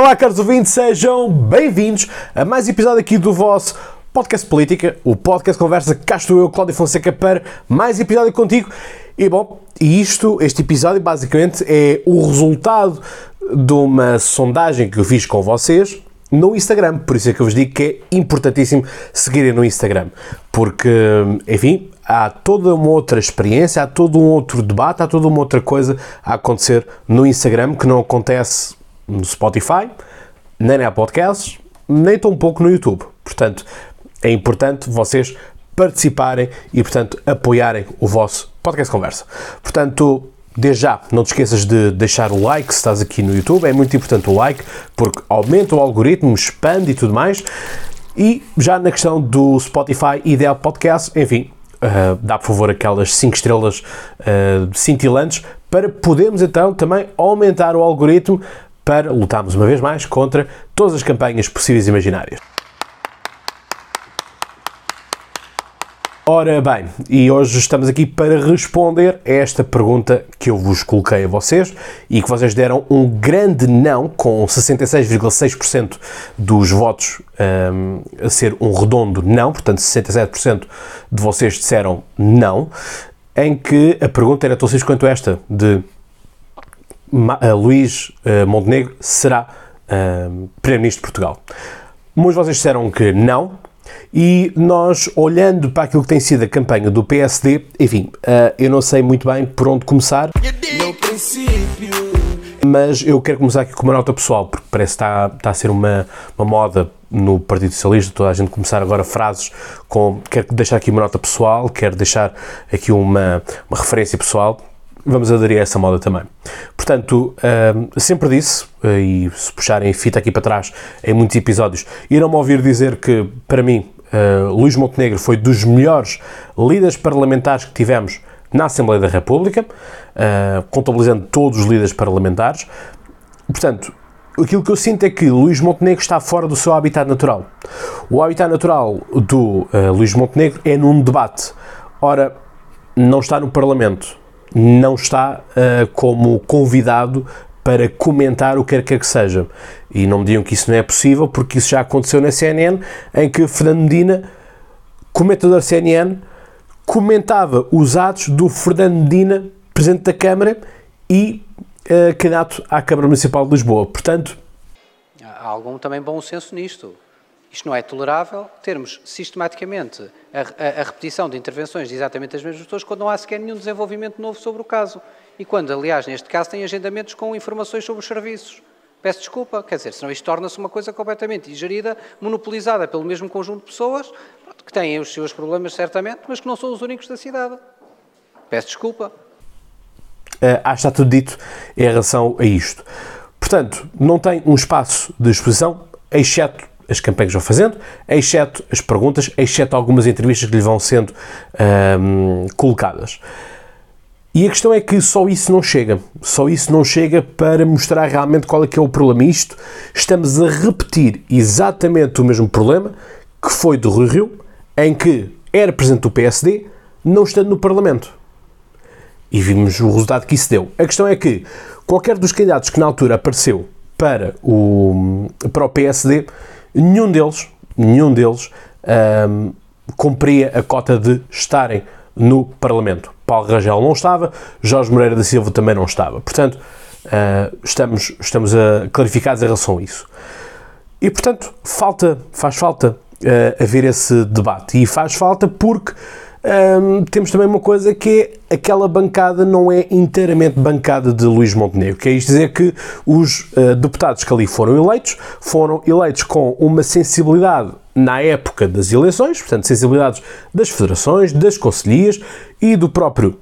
Olá, caros ouvintes, sejam bem-vindos a mais um episódio aqui do vosso Podcast Política, o podcast conversa. Cá estou eu, Cláudio Fonseca, para mais episódio contigo. E bom, este episódio basicamente é o resultado de uma sondagem que eu fiz com vocês no Instagram. Por isso é que eu vos digo que é importantíssimo seguirem no Instagram, porque, enfim, há toda uma outra experiência, há todo um outro debate, há toda uma outra coisa a acontecer no Instagram que não acontece no Spotify, nem na Podcasts, nem tão pouco no YouTube. Portanto, é importante vocês participarem e, portanto, apoiarem o vosso Podcast Conversa. Portanto, desde já, não te esqueças de deixar o like se estás aqui no YouTube. É muito importante o like, porque aumenta o algoritmo, expande e tudo mais. E já na questão do Spotify e da Podcast, enfim, dá por favor aquelas 5 estrelas cintilantes para podermos então também aumentar o algoritmo para lutarmos uma vez mais contra todas as campanhas possíveis e imaginárias. Ora bem, e hoje estamos aqui para responder a esta pergunta que eu vos coloquei a vocês e que vocês deram um grande não, com 66,6% dos votos a ser um redondo não, portanto 67% de vocês disseram não, em que a pergunta era tão simples quanto esta, de Luís Montenegro será Primeiro-Ministro de Portugal. Muitos de vocês disseram que não, e nós, olhando para aquilo que tem sido a campanha do PSD, enfim, eu não sei muito bem por onde começar, mas eu quero começar aqui com uma nota pessoal, porque parece que está a ser uma moda no Partido Socialista, toda a gente começar agora frases com, quero deixar aqui uma nota pessoal, quero deixar aqui uma referência pessoal. Vamos aderir a essa moda também. Portanto, sempre disse, e se puxarem fita aqui para trás em muitos episódios, irão-me ouvir dizer que, para mim, Luís Montenegro foi dos melhores líderes parlamentares que tivemos na Assembleia da República, contabilizando todos os líderes parlamentares. Portanto, aquilo que eu sinto é que Luís Montenegro está fora do seu habitat natural. O habitat natural do Luís Montenegro é num debate. Ora, não está no Parlamento. Não está como convidado para comentar o que quer que seja. E não me digam que isso não é possível, porque isso já aconteceu na CNN, em que Fernando Medina, comentador CNN, comentava os atos do Fernando Medina, Presidente da Câmara e candidato à Câmara Municipal de Lisboa. Portanto, há algum também bom senso nisto. Isto não é tolerável, termos sistematicamente a repetição de intervenções de exatamente as mesmas pessoas quando não há sequer nenhum desenvolvimento novo sobre o caso. E quando, aliás, neste caso, tem agendamentos com informações sobre os serviços. Peço desculpa, quer dizer, senão isto torna-se uma coisa completamente digerida, monopolizada pelo mesmo conjunto de pessoas, que têm os seus problemas, certamente, mas que não são os únicos da cidade. Peço desculpa. Acho que está tudo dito em relação a isto. Portanto, não tem um espaço de exposição, exceto as campanhas que vão fazendo, exceto as perguntas, exceto algumas entrevistas que lhe vão sendo colocadas. E a questão é que só isso não chega para mostrar realmente qual é que é o problema. Isto, estamos a repetir exatamente o mesmo problema que foi do Rui Rio, em que era presidente do PSD, não estando no Parlamento. E vimos o resultado que isso deu. A questão é que qualquer dos candidatos que na altura apareceu para o PSD, nenhum deles cumpria a cota de estarem no Parlamento. Paulo Rangel não estava, Jorge Moreira da Silva também não estava. Portanto, estamos clarificados em relação a isso. E, portanto, faz falta haver esse debate. E faz falta porque temos também uma coisa que é aquela bancada não é inteiramente bancada de Luís Montenegro, que é isto dizer que os deputados que ali foram eleitos com uma sensibilidade na época das eleições, portanto sensibilidades das federações, das conselhias e dos próprios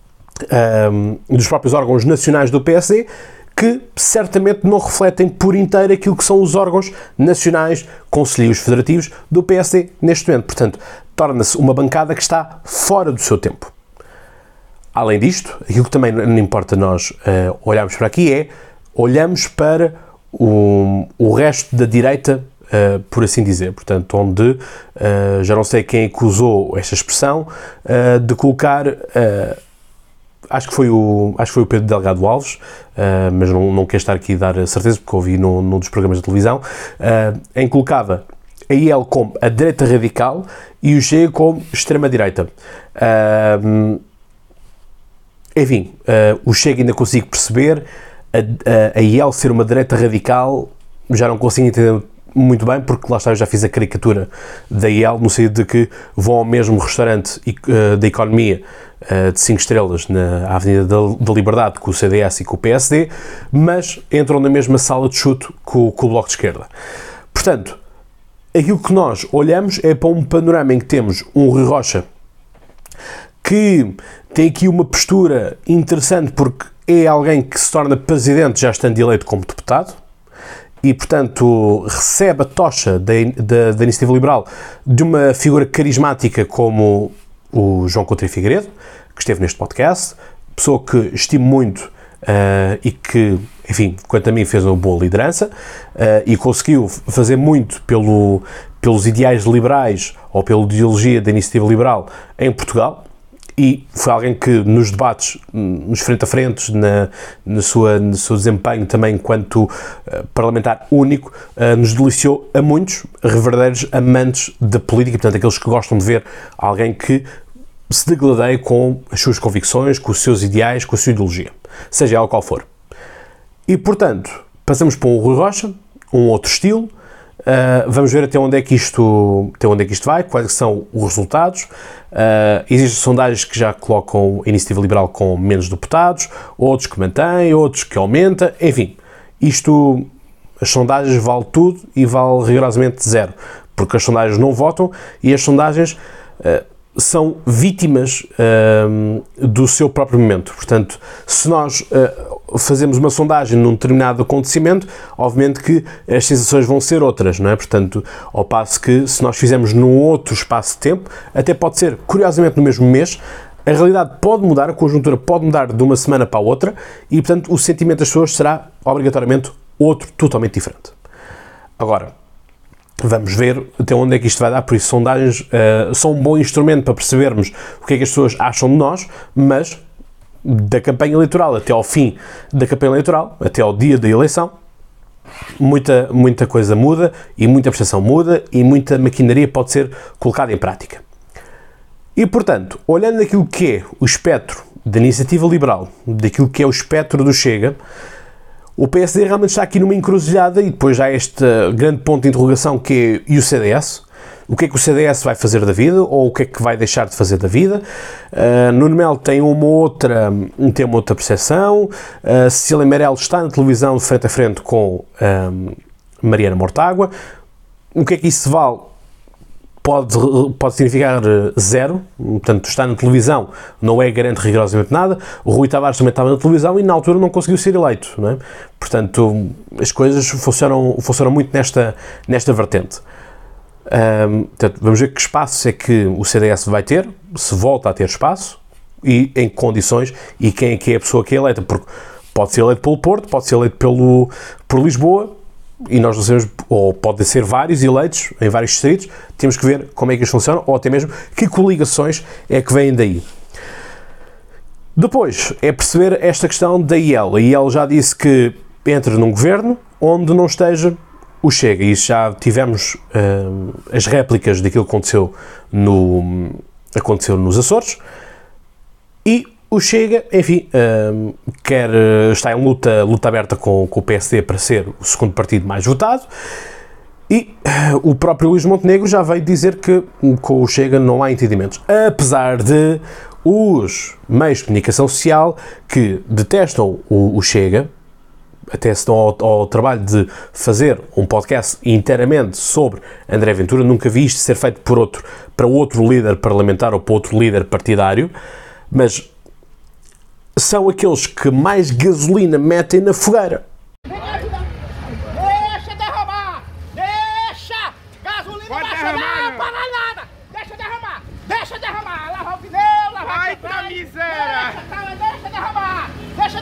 órgãos nacionais do PSD, que certamente não refletem por inteiro aquilo que são os órgãos nacionais, conselheiros federativos do PSD neste momento. Portanto, torna-se uma bancada que está fora do seu tempo. Além disto, aquilo que também não importa nós olharmos para aqui é, olhamos para o resto da direita, por assim dizer. Portanto, onde, já não sei quem é que usou esta expressão, de colocar acho que foi o Pedro Delgado Alves, mas não quero estar aqui a dar certeza, porque ouvi num dos programas de televisão, em que colocava a IEL como a direita radical e o Chega como extrema-direita. Enfim, o Chega ainda consigo perceber, a IEL ser uma direita radical já não consigo entender muito bem, porque lá está, eu já fiz a caricatura da IEL, no sentido de que vão ao mesmo restaurante da economia de 5 estrelas na Avenida da Liberdade com o CDS e com o PSD, mas entram na mesma sala de chute com o Bloco de Esquerda. Portanto, aquilo que nós olhamos é para um panorama em que temos um Rui Rocha que tem aqui uma postura interessante, porque é alguém que se torna presidente já estando eleito como deputado, e, portanto, recebe a tocha da Iniciativa Liberal de uma figura carismática como o João Coutinho Figueiredo, que esteve neste podcast, pessoa que estimo muito e que, enfim, quanto a mim, fez uma boa liderança e conseguiu fazer muito pelos ideais liberais ou pela ideologia da Iniciativa Liberal em Portugal. E foi alguém que nos debates, nos frente a frente, no seu desempenho também enquanto parlamentar único, nos deliciou a muitos verdadeiros amantes da política, portanto aqueles que gostam de ver alguém que se degladeia com as suas convicções, com os seus ideais, com a sua ideologia, seja ela qual for. E, portanto, passamos para um Rui Rocha, um outro estilo. Vamos ver até onde é que isto vai, quais são os resultados. Existem sondagens que já colocam a Iniciativa Liberal com menos deputados, outros que mantêm, outros que aumenta, enfim, as sondagens vale tudo e vale rigorosamente zero, porque as sondagens não votam e as sondagens são vítimas do seu próprio momento. Portanto, se nós fazemos uma sondagem num determinado acontecimento, obviamente que as sensações vão ser outras, não é? Portanto, ao passo que se nós fizermos num outro espaço de tempo, até pode ser, curiosamente, no mesmo mês, a realidade pode mudar, a conjuntura pode mudar de uma semana para a outra e, portanto, o sentimento das pessoas será, obrigatoriamente, outro, totalmente diferente. Agora, vamos ver até onde é que isto vai dar, por isso sondagens são um bom instrumento para percebermos o que é que as pessoas acham de nós, mas da campanha eleitoral até ao fim da campanha eleitoral, até ao dia da eleição, muita coisa muda e muita percepção muda e muita maquinaria pode ser colocada em prática. E, portanto, olhando aquilo que é o espectro da Iniciativa Liberal, daquilo que é o espectro do Chega, o PSD realmente está aqui numa encruzilhada e depois já há este grande ponto de interrogação que é, e o CDS? O que é que o CDS vai fazer da vida ou o que é que vai deixar de fazer da vida? Nuno Melo tem uma outra percepção. Cecília Meirelles está na televisão de frente a frente com Mariana Mortágua. O que é que isso vale? Pode significar zero, portanto, está na televisão, não é garante rigorosamente nada. O Rui Tavares também estava na televisão e na altura não conseguiu ser eleito, não é? Portanto, as coisas funcionam muito nesta vertente. Portanto, vamos ver que espaço é que o CDS vai ter, se volta a ter espaço e em que condições e quem é que é a pessoa que é eleita, porque pode ser eleito pelo Porto, pode ser eleito por Lisboa e nós não sabemos, ou pode ser vários eleitos em vários distritos, temos que ver como é que isto funciona ou até mesmo que coligações é que vêm daí. Depois é perceber esta questão da IEL. A IEL já disse que entra num governo onde não esteja o Chega, e isso já tivemos as réplicas daquilo que aconteceu nos Açores, e o Chega, enfim, está em luta aberta com o PSD para ser o segundo partido mais votado, e o próprio Luís Montenegro já veio dizer que com o Chega não há entendimentos, apesar de os meios de comunicação social que detestam o Chega, até se dão ao trabalho de fazer um podcast inteiramente sobre André Ventura. Nunca vi isto ser feito para outro líder parlamentar ou para outro líder partidário, mas são aqueles que mais gasolina metem na fogueira. Deixa derramar! Deixa! Gasolina não vai chegar para nada! Deixa derramar! Lavar o pneu, lavar o pneu! Ai, miséria! Deixa derramar!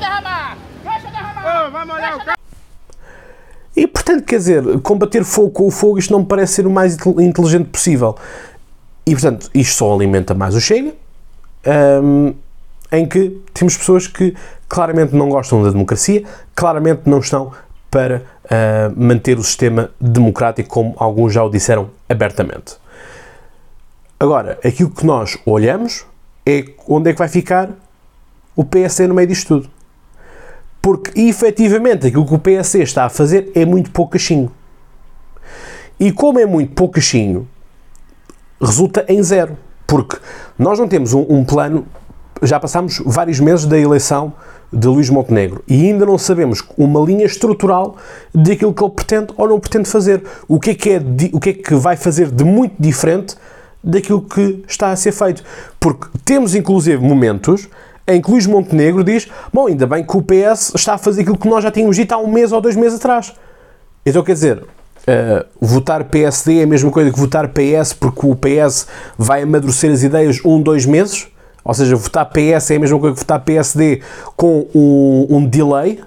Oh, vamos olhar o carro! E, portanto, quer dizer, combater fogo com o fogo, isto não me parece ser o mais inteligente possível. E, portanto, isto só alimenta mais o Chega. em que temos pessoas que claramente não gostam da democracia, claramente não estão para manter o sistema democrático, como alguns já o disseram abertamente. Agora, aquilo que nós olhamos é onde é que vai ficar o PSD no meio disto tudo. Porque, efetivamente, aquilo que o PSD está a fazer é muito pouco cachinho. E como é muito pouco cachinho, resulta em zero. Porque nós não temos um plano, já passámos vários meses da eleição de Luís Montenegro e ainda não sabemos uma linha estrutural daquilo que ele pretende ou não pretende fazer. O que é que vai fazer de muito diferente daquilo que está a ser feito. Porque temos, inclusive, momentos em que Luís Montenegro diz: bom, ainda bem que o PS está a fazer aquilo que nós já tínhamos dito há 1 mês ou 2 meses atrás. Então, quer dizer, votar PSD é a mesma coisa que votar PS, porque o PS vai amadurecer as ideias 2 meses? Ou seja, votar PS é a mesma coisa que votar PSD com um delay?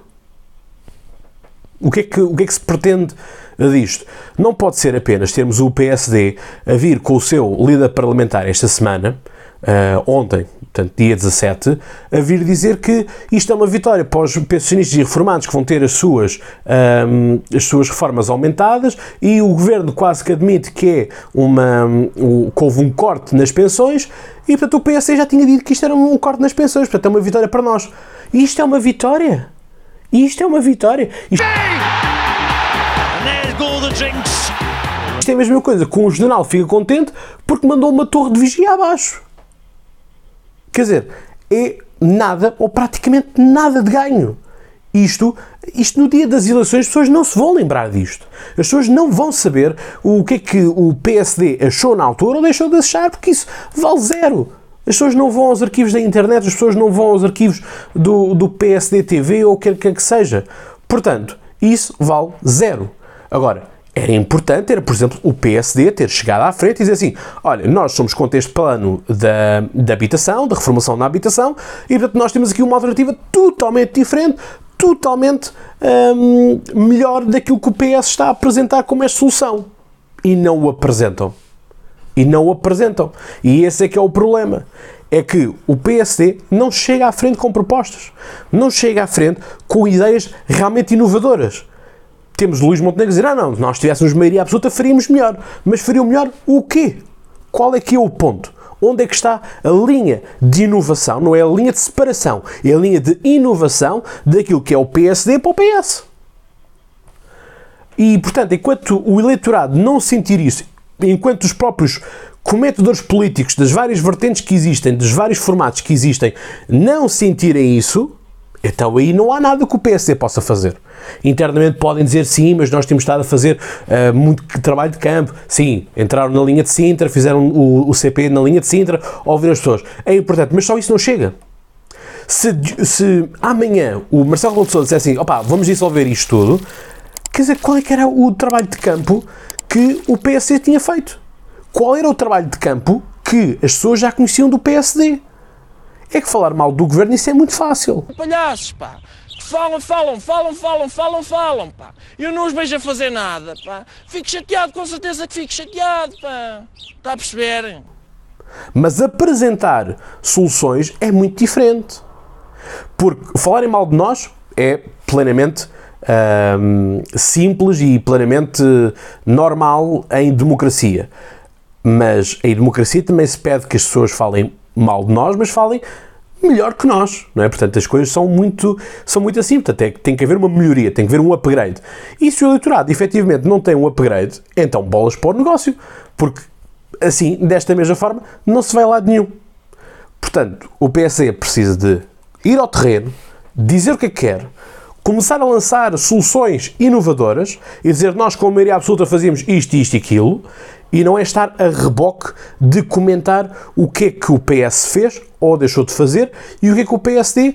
O que é que se pretende disto? Não pode ser apenas termos o PSD a vir com o seu líder parlamentar esta semana, ontem, portanto, dia 17, a vir dizer que isto é uma vitória para os pensionistas e reformados que vão ter as suas reformas aumentadas, e o governo quase que admite que que houve um corte nas pensões, e portanto o PSD já tinha dito que isto era um corte nas pensões, portanto é uma vitória para nós. E isto é uma vitória? Isto é uma vitória? Isto é a mesma coisa que um general fica contente porque mandou uma torre de vigia abaixo. Quer dizer, é nada ou praticamente nada de ganho. Isto no dia das eleições as pessoas não se vão lembrar disto. As pessoas não vão saber o que é que o PSD achou na altura ou deixou de achar, porque isso vale zero. As pessoas não vão aos arquivos da internet, as pessoas não vão aos arquivos do PSD TV ou o que quer que seja. Portanto, isso vale zero. Agora, era importante, por exemplo, o PSD ter chegado à frente e dizer assim: olha, nós somos contra este plano da habitação, da reformação da habitação, e portanto nós temos aqui uma alternativa totalmente diferente, totalmente melhor daquilo que o PS está a apresentar como esta solução. E não o apresentam. E esse é que é o problema. É que o PSD não chega à frente com propostas. Não chega à frente com ideias realmente inovadoras. Temos Luís Montenegro a dizer: não, se nós tivéssemos maioria absoluta faríamos melhor. Mas fariam melhor o quê? Qual é que é o ponto? Onde é que está a linha de inovação? Não é a linha de separação, é a linha de inovação daquilo que é o PSD para o PS. E, portanto, enquanto o eleitorado não sentir isso, enquanto os próprios comentadores políticos das várias vertentes que existem, dos vários formatos que existem, não sentirem isso, então aí não há nada que o PSD possa fazer. Internamente podem dizer: sim, mas nós temos estado a fazer muito trabalho de campo. Sim, entraram na linha de Sintra, fizeram o CP na linha de Sintra, ouvir as pessoas. É importante, mas só isso não chega. Se amanhã o Marcelo Rebelo de Sousa disser assim: opá, vamos dissolver isto tudo, quer dizer, qual é que era o trabalho de campo que o PSD tinha feito? Qual era o trabalho de campo que as pessoas já conheciam do PSD? É que falar mal do governo, isso é muito fácil. Palhaços, pá. Falam, pá. Eu não os vejo a fazer nada, pá. Fico chateado, com certeza que fico chateado, pá. Está a perceber? Mas apresentar soluções é muito diferente. Porque falarem mal de nós é plenamente simples e plenamente normal em democracia. Mas em democracia também se pede que as pessoas falem mal de nós, mas falem melhor que nós, não é? Portanto, as coisas são muito assim, portanto, tem que haver uma melhoria, tem que haver um upgrade. E se o eleitorado, efetivamente, não tem um upgrade, então bolas para o negócio, porque, assim, desta mesma forma, não se vai a lado nenhum. Portanto, o PSD precisa de ir ao terreno, dizer o que é que quer, começar a lançar soluções inovadoras e dizer: nós com a maioria absoluta fazíamos isto e aquilo, e não é estar a reboque de comentar o que é que o PS fez ou deixou de fazer e o que é que o PSD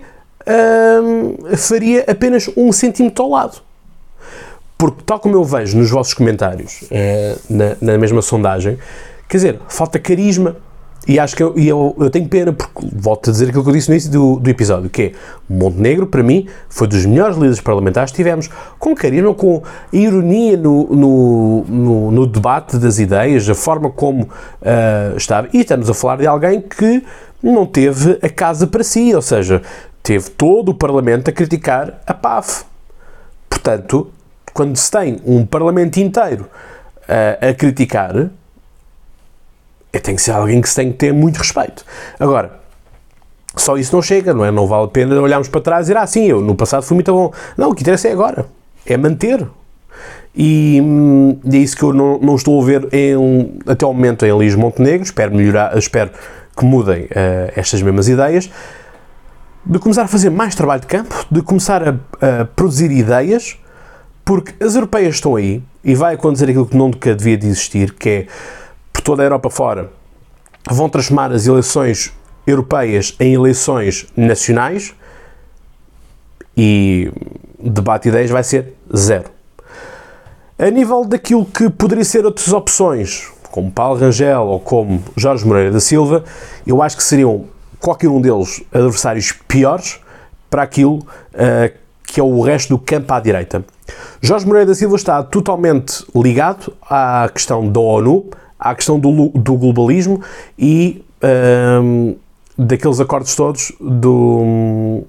faria apenas 1 centímetro ao lado. Porque, tal como eu vejo nos vossos comentários, na mesma sondagem, quer dizer, falta carisma. E acho que eu tenho pena, porque volto a dizer aquilo que eu disse no início do episódio, que é, Montenegro, para mim, foi dos melhores líderes parlamentares que tivemos, com carisma, com ironia no debate das ideias, a forma como estava. E estamos a falar de alguém que não teve a casa para si, ou seja, teve todo o Parlamento a criticar a PAF. Portanto, quando se tem um Parlamento inteiro a criticar, tem que ser alguém que se tem que ter muito respeito. Agora, só isso não chega, não é? Não vale a pena olharmos para trás e dizer, sim, eu no passado fui muito bom. Não, o que interessa é agora. É manter. E é isso que eu não estou a ver até ao momento em Luís Montenegro. Espero que mudem estas mesmas ideias. De começar a fazer mais trabalho de campo, de começar a produzir ideias, porque as europeias estão aí e vai acontecer aquilo que nunca devia de existir, que é, por toda a Europa fora, vão transformar as eleições europeias em eleições nacionais e debate de ideias vai ser zero. A nível daquilo que poderia ser outras opções, como Paulo Rangel ou como Jorge Moreira da Silva, eu acho que seriam qualquer um deles adversários piores para aquilo que é o resto do campo à direita. Jorge Moreira da Silva está totalmente ligado à questão da ONU, à questão do globalismo e daqueles acordos todos do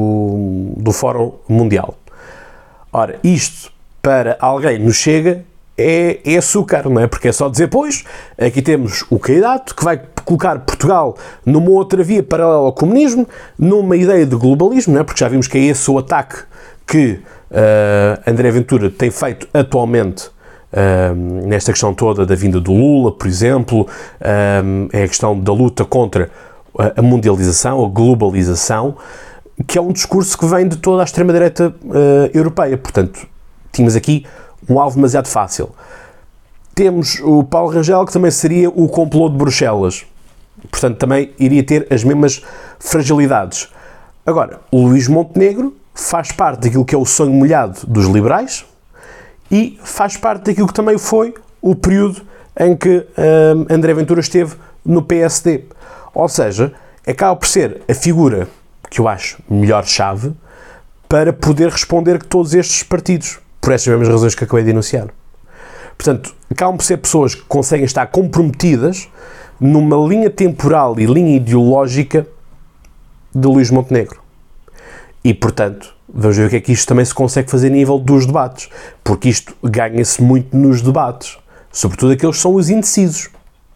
Fórum Mundial. Ora, isto para alguém nos chega é açúcar, não é? Porque é só dizer, pois, aqui temos o candidato que vai colocar Portugal numa outra via paralela ao comunismo, numa ideia de globalismo, não é? Porque já vimos que é esse o ataque que André Ventura tem feito atualmente nesta questão toda da vinda do Lula, por exemplo, é a questão da luta contra a mundialização, a globalização, que é um discurso que vem de toda a extrema-direita europeia. Portanto, tínhamos aqui um alvo demasiado fácil. Temos o Paulo Rangel, que também seria o complô de Bruxelas. Portanto, também iria ter as mesmas fragilidades. Agora, o Luís Montenegro faz parte daquilo que é o sonho molhado dos liberais e faz parte daquilo que também foi o período em que André Ventura esteve no PSD. Ou seja, acaba por ser a figura que eu acho melhor chave para poder responder que todos estes partidos, por estas mesmas razões que acabei de enunciar. Portanto, acabam por ser pessoas que conseguem estar comprometidas numa linha temporal e linha ideológica de Luís Montenegro. E, portanto, vamos ver o que é que isto também se consegue fazer a nível dos debates, porque isto ganha-se muito nos debates, sobretudo aqueles que são os indecisos.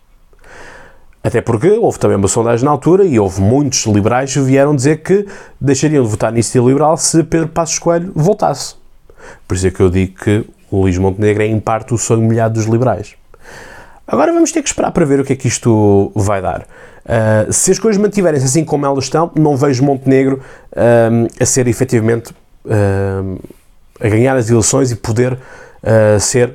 Até porque houve também uma sondagem na altura e houve muitos liberais que vieram dizer que deixariam de votar na Iniciativa Liberal se Pedro Passos Coelho voltasse. Por isso é que eu digo que o Luís Montenegro é, em parte, o sonho molhado dos liberais. Agora vamos ter que esperar para ver o que é que isto vai dar. Se as coisas mantiverem-se assim como elas estão, não vejo Montenegro a ser efetivamente a ganhar as eleições e poder ser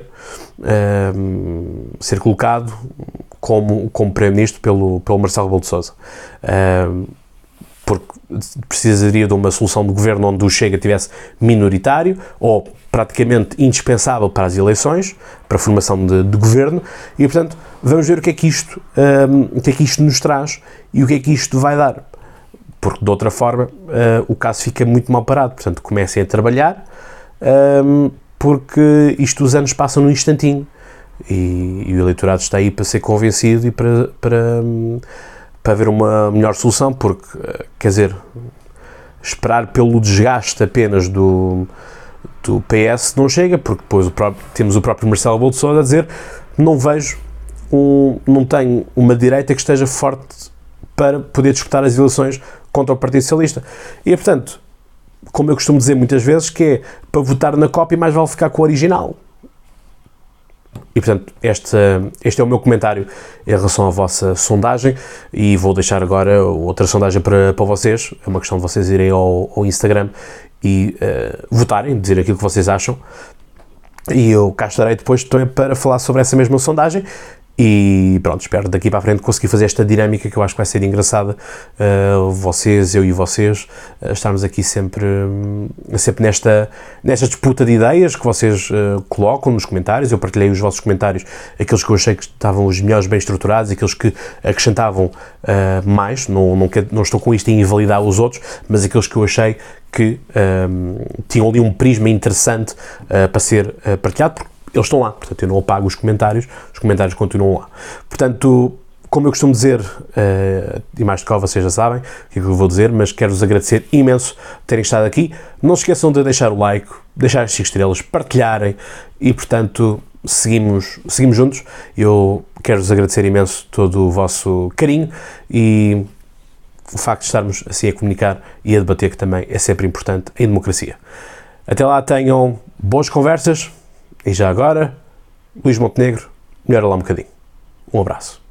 colocado como Primeiro-Ministro pelo Marcelo Rebelo de Sousa. Porque precisaria de uma solução de governo onde o Chega tivesse minoritário ou praticamente indispensável para as eleições, para a formação de governo, e portanto vamos ver o que é que isto nos traz e o que é que isto vai dar, porque de outra forma o caso fica muito mal parado. Portanto, comecem a trabalhar, porque os anos passam num instantinho e o eleitorado está aí para ser convencido e para haver uma melhor solução, porque, quer dizer, esperar pelo desgaste apenas do PS não chega, porque depois temos o próprio Marcelo Rebelo de Sousa a dizer não tenho uma direita que esteja forte para poder disputar as eleições contra o Partido Socialista. E, portanto, como eu costumo dizer muitas vezes, que é para votar na cópia mais vale ficar com o original. E, portanto, este é o meu comentário em relação à vossa sondagem, e vou deixar agora outra sondagem para vocês. É uma questão de vocês irem ao Instagram e votarem, dizer aquilo que vocês acham, e eu cá estarei depois também para falar sobre essa mesma sondagem E pronto, espero daqui para a frente conseguir fazer esta dinâmica que eu acho que vai ser engraçada, vocês, eu e vocês, estarmos aqui sempre nesta disputa de ideias que vocês colocam nos comentários. Eu partilhei os vossos comentários, aqueles que eu achei que estavam os melhores, bem estruturados, aqueles que acrescentavam mais, não estou com isto a invalidar os outros, mas aqueles que eu achei que tinham ali um prisma interessante para ser partilhado, porque eles estão lá, portanto eu não apago os comentários continuam lá. Portanto, como eu costumo dizer, e mais de qual vocês já sabem o que é que eu vou dizer, mas quero-vos agradecer imenso por terem estado aqui. Não se esqueçam de deixar o like, deixar as 5 estrelas, partilharem e, portanto, seguimos juntos. Eu quero-vos agradecer imenso todo o vosso carinho e o facto de estarmos assim a comunicar e a debater, que também é sempre importante em democracia. Até lá, tenham boas conversas. E já agora, Luís Montenegro, melhora lá um bocadinho. Um abraço.